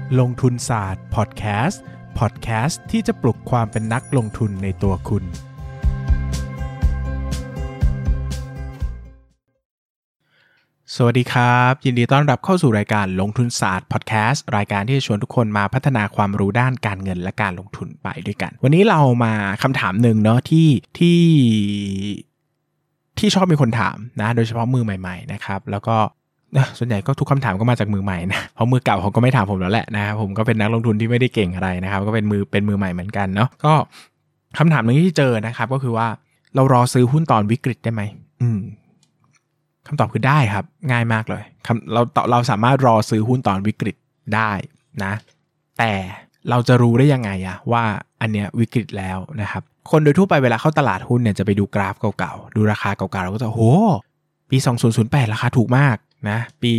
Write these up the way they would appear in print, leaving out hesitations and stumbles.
ลงทุนศาสตร์พอดแคสต์ที่จะปลุกความเป็นนักลงทุนในตัวคุณสวัสดีครับยินดีต้อนรับเข้าสู่รายการลงทุนศาสตร์พอดแคสต์รายการที่จะชวนทุกคนมาพัฒนาความรู้ด้านการเงินและการลงทุนไปด้วยกันวันนี้เรามาคำถามหนึ่งเนาะที่ชอบมีคนถามนะโดยเฉพาะมือใหม่ๆนะครับแล้วก็ส่วนใหญ่ก็ทุกคำถามก็มาจากมือใหม่นะเพราะมือเก่าเขาก็ไม่ถามผมแล้วแหละนะครับผมก็เป็นนักลงทุนที่ไม่ได้เก่งอะไรนะครับก็เป็นมือใหม่เหมือนกันเนาะก็คำถามนึงที่เจอนะครับก็คือว่าเรารอซื้อหุ้นตอนวิกฤตได้ไหมคำตอบคือได้ครับง่ายมากเลยเราสามารถรอซื้อหุ้นตอนวิกฤตได้นะแต่เราจะรู้ได้ยังไงว่าอันเนี้ยวิกฤตแล้วนะครับคนโดยทั่วไปเวลาเข้าตลาดหุ้นเนี่ยจะไปดูกราฟเก่าๆดูราคาเก่าๆเราก็จะโหปี2008ราคาถูกมากนะปี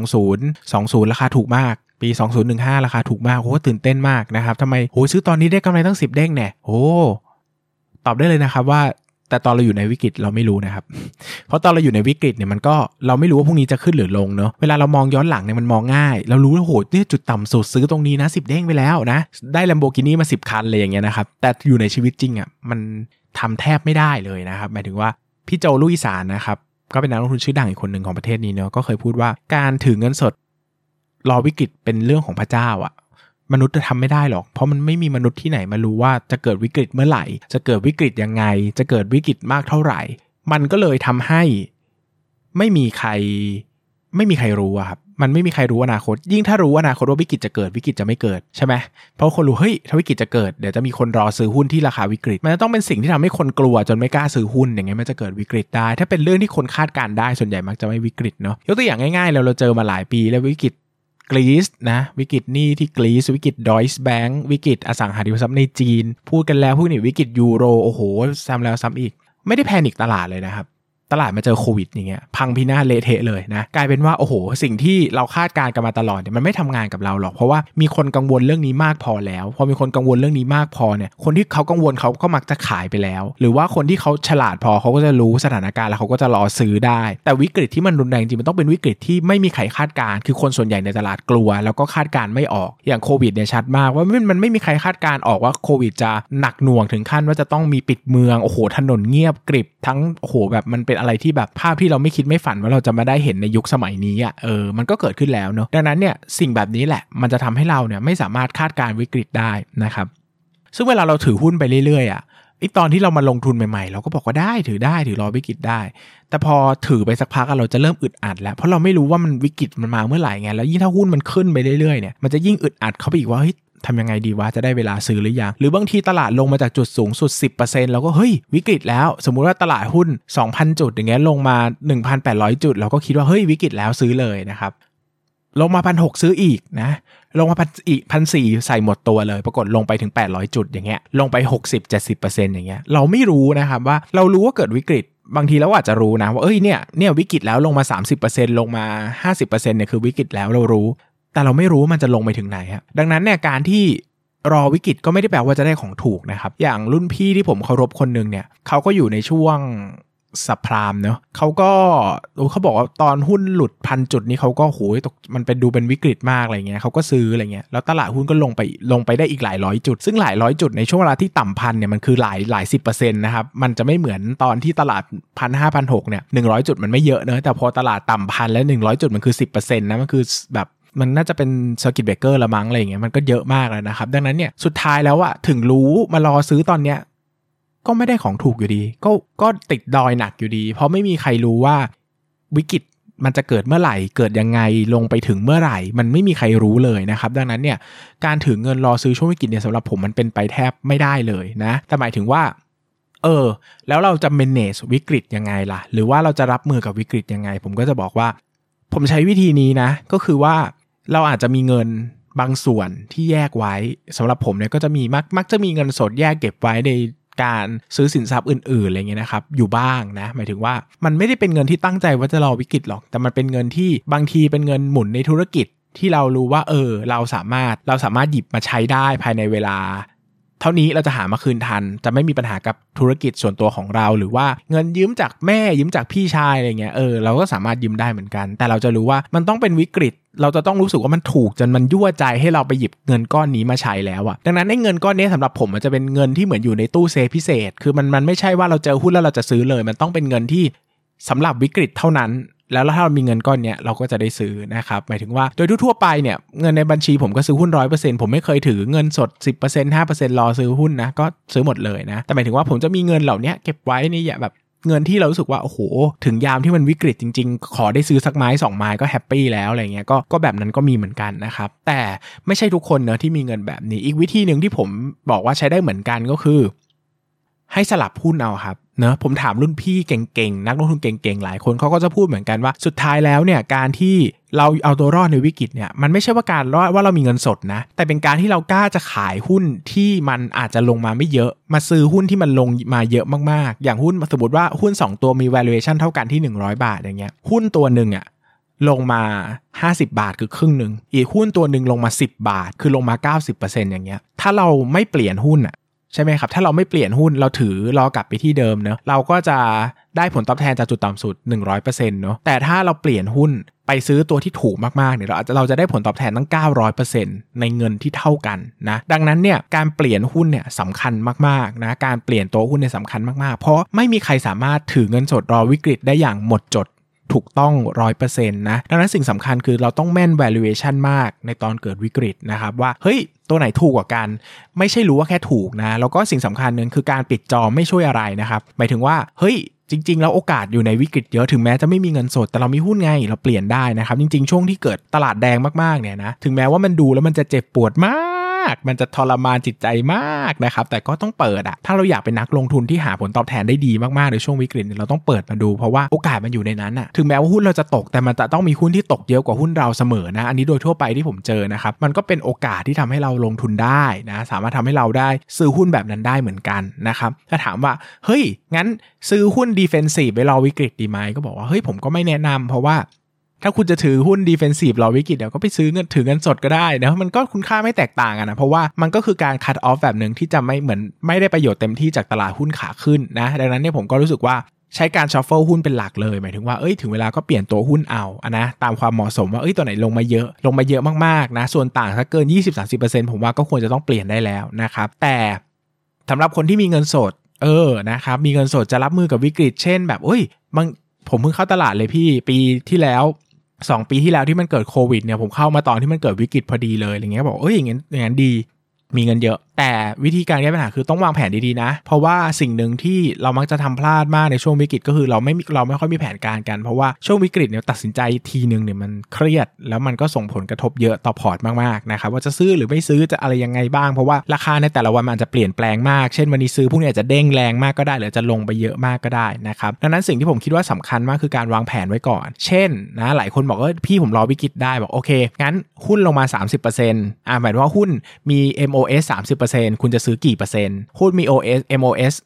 2020ราคาถูกมากปี2015ราคาถูกมากโหตื่นเต้นมากนะครับทำไมโหซื้อตอนนี้ได้กำไรตั้ง10เด้งเนี่ยโหตอบได้เลยนะครับว่าแต่ตอนเราอยู่ในวิกฤตเราไม่รู้นะครับเพราะตอนเราอยู่ในวิกฤตเนี่ยมันก็เราไม่รู้ว่าพรุ่งนี้จะขึ้นหรือลงเนาะเวลาเรามองย้อนหลังเนี่ยมันมองง่ายเรารู้ว่าโหเนี่ยจุดต่ำสุดซื้อตรงนี้นะ10เด้งไปแล้วนะได้ Lamborghini มา10คันเลยอย่างเงี้ยนะครับแต่อยู่ในชีวิตจริงมันทำแทบไม่ได้เลยนะครับหมายถึงว่าพี่โจลูกอีสานนะครับก็เป็นนักลงทุนชื่อดังอีกคนหนึ่งของประเทศนี้เนาะก็เคยพูดว่าการถือเงินสดรอวิกฤตเป็นเรื่องของพระเจ้ามนุษย์จะทำไม่ได้หรอกเพราะมันไม่มีมนุษย์ที่ไหนมารู้ว่าจะเกิดวิกฤตเมื่อไหร่จะเกิดวิกฤตยังไงจะเกิดวิกฤตมากเท่าไหร่มันก็เลยทำให้ไม่มีใครรู้ครับมันไม่มีใครรู้อนาคตยิ่งถ้ารู้อนาคตว่าวิกฤตจะเกิดวิกฤตจะไม่เกิดใช่ไหมเพราะคนรู้เฮ้ยถ้าวิกฤตจะเกิดเดี๋ยวจะมีคนรอซื้อหุ้นที่ราคาวิกฤตมันจะต้องเป็นสิ่งที่ทำให้คนกลัวจนไม่กล้าซื้อหุ้นอย่างเงี้ยมันจะเกิดวิกฤตได้ถ้าเป็นเรื่องที่คนคาดการได้ส่วนใหญ่มักจะไม่วิกฤตเนาะยกตัวอย่างง่ายๆเราเจอมาหลายปีแล้ววิกฤตกรีซนะวิกฤตหนี้ที่กรีซวิกฤตดอยซ์แบงก์วิกฤตอสังหาริมทรัพย์ในจีนพูดกันแล้วพวกนี้วิกฤตยูโรโอ้โหซ้ำแล้วซ้ำอีกไม่ได้แพนิคตลาดเลยนะครับตลาดมาเจอโควิดอย่างเงี้ยพังพินาศเละเทะเลยนะกลายเป็นว่าโอ้โหสิ่งที่เราคาดการกันมาตลอดเนี่ยมันไม่ทำงานกับเราหรอกเพราะว่ามีคนกังวลเรื่องนี้มากพอแล้วพอมีคนกังวลเรื่องนี้มากพอเนี่ยคนที่เขากังวลเขาก็มักจะขายไปแล้วหรือว่าคนที่เขาฉลาดพอเขาก็จะรู้สถานการณ์แล้วเขาก็จะรอซื้อได้แต่วิกฤตที่มันรุนแรงจริงมันต้องเป็นวิกฤตที่ไม่มีใครคาดการคือคนส่วนใหญ่ในตลาดกลัวแล้วก็คาดการไม่ออกอย่างโควิดเนี่ยชัดมากว่ามันไม่มีใครคาดการออกว่าโควิดจะหนักหน่วงถึงขั้นว่าจะต้องมีปิดเมืองโอ้โหถนนเงียบกริบทั้งโอ้โหแบบมันเป็นอะไรที่แบบภาพที่เราไม่คิดไม่ฝันว่าเราจะมาได้เห็นในยุคสมัยนี้มันก็เกิดขึ้นแล้วเนาะดังนั้นเนี่ยสิ่งแบบนี้แหละมันจะทำให้เราเนี่ยไม่สามารถคาดการวิกฤตได้นะครับซึ่งเวลาเราถือหุ้นไปเรื่อยๆตอนที่เรามาลงทุนใหม่ๆเราก็บอกว่าได้ถือรอวิกฤตได้แต่พอถือไปสักพักเราจะเริ่มอึดอัดแล้วเพราะเราไม่รู้ว่ามันวิกฤตมันมาเมื่อไหร่ไงแล้วยิ่งถ้าหุ้นมันขึ้นไปเรื่อยๆเนี่ยมันจะยิ่งอึดอัดเข้าไปอีกว่าเฮ้ยทำยังไงดีวะจะได้เวลาซื้อหรือยังหรือบางทีตลาดลงมาจากจุดสูงสุด 10% แล้วก็เฮ้ยวิกฤตแล้วสมมุติว่าตลาดหุ้น 2,000 จุดอย่างเงี้ยลงมา 1,800 จุดเราก็คิดว่าเฮ้ยวิกฤตแล้วซื้อเลยนะครับลงมา 1,600 ซื้ออีกนะลงมาอีก 1,400 ใส่หมดตัวเลยปรากฏลงไปถึง800จุดอย่างเงี้ยลงไป 60-70% อย่างเงี้ยเราไม่รู้นะครับว่าเรารู้ว่าเกิดวิกฤตบางทีเราอาจจะรู้นะว่าเอ้ยเนี่ยวิกฤตแล้วลงมา 30% ลงมา 50% เนี่ยคือวิกฤตแล้วเรารู้แต่เราไม่รู้ว่ามันจะลงไปถึงไหนครับดังนั้นเนี่ยการที่รอวิกฤตก็ไม่ได้แปลว่าจะได้ของถูกนะครับอย่างรุ่นพี่ที่ผมเคารพคนนึงเนี่ยเขาก็อยู่ในช่วงซับไพรม์เนาะเขาบอกว่าตอนหุ้นหลุด 1,000 จุดนี่เขาก็โหยมันเป็นดูเป็นวิกฤตมากอะไรเงี้ยเขาก็ซื้ออะไรเงี้ยแล้วตลาดหุ้นก็ลงไปได้อีกหลายร้อยจุดซึ่งหลายร้อยจุดในช่วงเวลาที่ต่ำพันเนี่ยมันคือหลาย 10% นะครับมันจะไม่เหมือนตอนที่ตลาด 1,500 1,600 เนี่ย100จุดมันไม่เยอะเนอะแต่พอตลาดต่ำพันแล้ว100จุดมันคือ 10% นะมันคือแบบมันน่าจะเป็นเซอร์กิตเบรกเกอร์ละมั้งอะไรอย่างเงี้ยมันก็เยอะมากแล้วนะครับดังนั้นเนี่ยสุดท้ายแล้วถึงรู้มารอซื้อตอนเนี้ยก็ไม่ได้ของถูกอยู่ดีก็ติดดอยหนักอยู่ดีเพราะไม่มีใครรู้ว่าวิกฤตมันจะเกิดเมื่อไหร่เกิดยังไงลงไปถึงเมื่อไหร่มันไม่มีใครรู้เลยนะครับดังนั้นเนี่ยการถือเงินรอซื้อช่วงวิกฤตเนี่ยสำหรับผมมันเป็นไปแทบไม่ได้เลยนะแต่หมายถึงว่าแล้วเราจะ manage วิกฤตยังไงล่ะหรือว่าเราจะรับมือกับวิกฤตยังไงผมก็จะบอกว่าผมใช้วิธีนี้นะก็คือว่าเราอาจจะมีเงินบางส่วนที่แยกไว้สำหรับผมเนี่ยก็จะมีมักจะมีเงินสดแยกเก็บไว้ในการซื้อสินทรัพย์อื่นๆอะไรเงี้ยนะครับอยู่บ้างนะหมายถึงว่ามันไม่ได้เป็นเงินที่ตั้งใจว่าจะรอวิกฤตหรอกแต่มันเป็นเงินที่บางทีเป็นเงินหมุนในธุรกิจที่เรารู้ว่าเราสามารถหยิบมาใช้ได้ภายในเวลา เท่านี้เราจะหามาคืนทันจะไม่มีปัญหากับธุรกิจส่วนตัวของเราหรือว่าเงินยืมจากแม่ยืมจากพี่ชายอะไรเงี้ยเราก็สามารถยืมได้เหมือนกันแต่เราจะรู้ว่ามันต้องเป็นวิกฤตเราจะต้องรู้สึกว่ามันถูกจนมันยั่วใจให้เราไปหยิบเงินก้อนนี้มาใช้แล้วดังนั้นเงินก้อนนี้สำหรับผมมันจะเป็นเงินที่เหมือนอยู่ในตู้เซฟพิเศษคือมันไม่ใช่ว่าเราเจอหุ้นแล้วเราจะซื้อเลยมันต้องเป็นเงินที่สำหรับวิกฤตเท่านั้นแล้วถ้าเรามีเงินก้อนนี้เราก็จะได้ซื้อนะครับหมายถึงว่าโดยทั่วไปเนี่ยเงินในบัญชีผมก็ซื้อหุ้น 100% ผมไม่เคยถือเงินสด 10% 5% รอซื้อหุ้นนะก็ซื้อหมดเลยนะแต่หมายถึงว่าผมจะมีเงินเหล่านี้เก็บไว้ในแบบเงินที่เรารู้สึกว่าโอ้โหถึงยามที่มันวิกฤตจริงๆขอได้ซื้อสักไม้2ไม้ก็แฮปปี้แล้วอะไรเงี้ยก็แบบนั้นก็มีเหมือนกันนะครับแต่ไม่ใช่ทุกคนเนอะที่มีเงินแบบนี้อีกวิธีนึงที่ผมบอกว่าใช้ได้เหมือนกันก็คือให้สลับหุ้นเอาครับเนอะผมถามรุ่นพี่เก่งๆนักลงทุนเก่งๆหลายคนเขาก็จะพูดเหมือนกันว่าสุดท้ายแล้วเนี่ยการที่เราเอาตัวรอดในวิกฤตเนี่ยมันไม่ใช่ว่าการรอดว่าเรามีเงินสดนะแต่เป็นการที่เรากล้าจะขายหุ้นที่มันอาจจะลงมาไม่เยอะมาซื้อหุ้นที่มันลงมาเยอะมากๆอย่างหุ้นสมมติว่าหุ้น2ตัวมี valuation เท่ากันที่100 บาทอย่างเงี้ยหุ้นตัวนึงลงมา50 บาทคือครึ่งนึงอีกหุ้นตัวนึงลงมา10 บาทคือลงมา 90% อย่างเงี้ยถ้าเราไม่เปลี่ยนหุ้นใช่ไหมครับถ้าเราไม่เปลี่ยนหุ้นเราถือรอกลับไปที่เดิมเนอะเราก็จะได้ผลตอบแทนจากจุดต่ำสุด 100% เนอะแต่ถ้าเราเปลี่ยนหุ้นไปซื้อตัวที่ถูกมากๆเนี่ยเราจะได้ผลตอบแทนตั้ง 900% ในเงินที่เท่ากันนะดังนั้นเนี่ยการเปลี่ยนหุ้นเนี่ยสำคัญมากๆนะการเปลี่ยนตัวหุ้นเนี่ยสำคัญมากๆเพราะไม่มีใครสามารถถือเงินสดรอวิกฤตได้อย่างหมดจดถูกต้อง 100% นะดังนั้นสิ่งสำคัญคือเราต้องแม่น valuation มากในตอนเกิดวิกฤตนะครับว่าเฮ้ยตัวไหนถูกกว่ากันไม่ใช่รู้ว่าแค่ถูกนะแล้วก็สิ่งสำคัญนึงคือการปิดจอไม่ช่วยอะไรนะครับหมายถึงว่าเฮ้ยจริงๆแล้วโอกาสอยู่ในวิกฤตเยอะถึงแม้จะไม่มีเงินสดแต่เรามีหุ้นไงเราเปลี่ยนได้นะครับจริงๆช่วงที่เกิดตลาดแดงมากๆเนี่ยนะถึงแม้ว่ามันดูแล้วมันจะเจ็บปวดมากมันจะทรมานจิตใจมากนะครับแต่ก็ต้องเปิดถ้าเราอยากเป็นนักลงทุนที่หาผลตอบแทนได้ดีมากๆในช่วงวิกฤตเราต้องเปิดมาดูเพราะว่าโอกาสมันอยู่ในนั้นถึงแม้ว่าหุ้นเราจะตกแต่มันจะต้องมีหุ้นที่ตกเยอะกว่าหุ้นเราเสมอนะอันนี้โดยทั่วไปที่ผมเจอนะครับมันก็เป็นโอกาสที่ทำให้เราลงทุนได้นะสามารถทำให้เราได้ซื้อหุ้นแบบนั้นได้เหมือนกันนะครับถ้าถามว่าเฮ้ยงั้นซื้อหุ้น defensive ไปรอวิกฤตดีไหมก็บอกว่าเฮ้ยผมก็ไม่แนะนำเพราะว่าถ้าคุณจะถือหุ้น defensive รอวิกฤตเดี๋ยวก็ไปซื้อถือเงินสดก็ได้นะมันก็คุณค่าไม่แตกต่างนะเพราะว่ามันก็คือการ cut off แบบนึงที่จะไม่ได้ประโยชน์เต็มที่จากตลาดหุ้นขาขึ้นนะดังนั้นเนี่ยผมก็รู้สึกว่าใช้การ shuffle หุ้นเป็นหลักเลยหมายถึงว่าถึงเวลาก็เปลี่ยนตัวหุ้นเอานะตามความเหมาะสมว่าตัวไหนลงมาเยอะมากๆนะส่วนต่างถ้าเกิน 20-30% ผมว่าก็ควรจะต้องเปลี่ยนได้แล้วนะครับแต่สำหรับคนที่มีเงินสดนะครับมีเงินสดจะรับมือกับวิกฤตเช่นแบบผมเพิ่งเข้าตลาดเลยพี่ปีที่แล้ว2 ปีที่แล้วที่มันเกิดโควิดเนี่ยผมเข้ามาตอนที่มันเกิดวิกฤตพอดีเลยอะไรเงี้ยบอกอย่างงั้นดีมีเงินเยอะแต่วิธีการแก้ปัญหาคือต้องวางแผนดีๆนะเพราะว่าสิ่งหนึ่งที่เรามักจะทำพลาดมากในช่วงวิกฤตก็คือเราไม่ค่อยมีแผนการกันเพราะว่าช่วงวิกฤตเนี่ยตัดสินใจทีนึงเนี่ยมันเครียดแล้วมันก็ส่งผลกระทบเยอะต่อพอร์ตมากๆนะครับว่าจะซื้อหรือไม่ซื้อจะอะไรยังไงบ้างเพราะว่าราคาในแต่ละวันมันอาจจะเปลี่ยนแปลงมากเช่นวันนี้ซื้อพรุ่งนี้อาจจะเด้งแรงมากก็ได้หรือจะลงไปเยอะมากก็ได้นะครับดังนั้นสิ่งที่ผมคิดว่าสำคัญมากคือการวางแผนไว้ก่อนเช่นนะหลายคนบอกพี่ผมรอวิกฤตได้บอกโอเคงั้นหุ้นลงมา 30% หมายถึงว่าหุ้นมี MOS 30%คุณจะซื้อกี่เปอร์เซ็นต์หุ้นมี MOS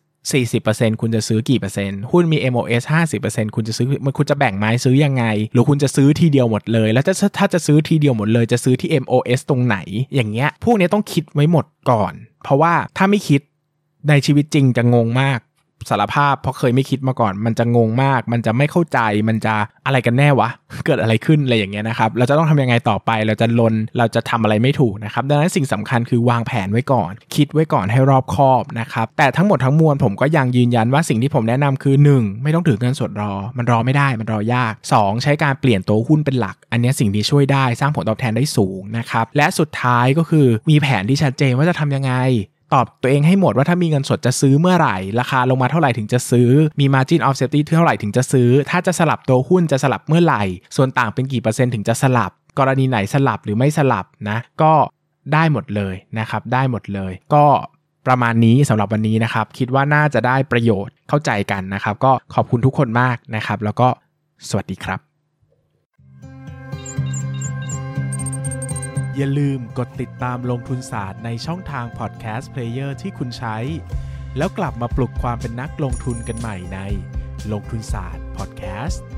40% คุณจะซื้อกี่เปอร์เซ็นต์หุ้นมี MOS 50% คุณจะแบ่งไม้ซื้อยังไงหรือคุณจะซื้อทีเดียวหมดเลยแล้วถ้าจะซื้อทีเดียวหมดเลยจะซื้อที่ MOS ตรงไหนอย่างเงี้ยพวกนี้ต้องคิดไว้หมดก่อนเพราะว่าถ้าไม่คิดในชีวิตจริงจะงงมากสารภาพเพราะเคยไม่คิดมาก่อนมันจะงงมากมันจะไม่เข้าใจมันจะอะไรกันแน่วะเกิดอะไรขึ้นอะไรอย่างเงี้ยนะครับเราจะต้องทำยังไงต่อไปเราจะทำอะไรไม่ถูกนะครับดังนั้นสิ่งสำคัญคือวางแผนไว้ก่อนคิดไว้ก่อนให้รอบคอบนะครับแต่ทั้งหมดทั้งมวลผมก็ยังยืนยันว่าสิ่งที่ผมแนะนำคือ 1. ไม่ต้องถือเงินสดมันรอไม่ได้มันรอยาก 2. ใช้การเปลี่ยนตัวหุ้นเป็นหลักอันนี้สิ่งที่ช่วยได้สร้างผลตอบแทนได้สูงนะครับและสุดท้ายก็คือมีแผนที่ชัดเจนว่าจะทำยังไงตอบตัวเองให้หมดว่าถ้ามีเงินสดจะซื้อเมื่อไหร่ราคาลงมาเท่าไหร่ถึงจะซื้อมี margin of safety เท่าไหร่ถึงจะซื้อถ้าจะสลับตัวหุ้นจะสลับเมื่อไหร่ส่วนต่างเป็นกี่เปอร์เซ็นต์ถึงจะสลับกรณีไหนสลับหรือไม่สลับนะก็ได้หมดเลยนะครับได้หมดเลยก็ประมาณนี้สำหรับวันนี้นะครับคิดว่าน่าจะได้ประโยชน์เข้าใจกันนะครับก็ขอบคุณทุกคนมากนะครับแล้วก็สวัสดีครับอย่าลืมกดติดตามลงทุนศาสตร์ในช่องทางพอดแคสต์เพลเยอร์ที่คุณใช้แล้วกลับมาปลุกความเป็นนักลงทุนกันใหม่ในลงทุนศาสตร์พอดแคสต์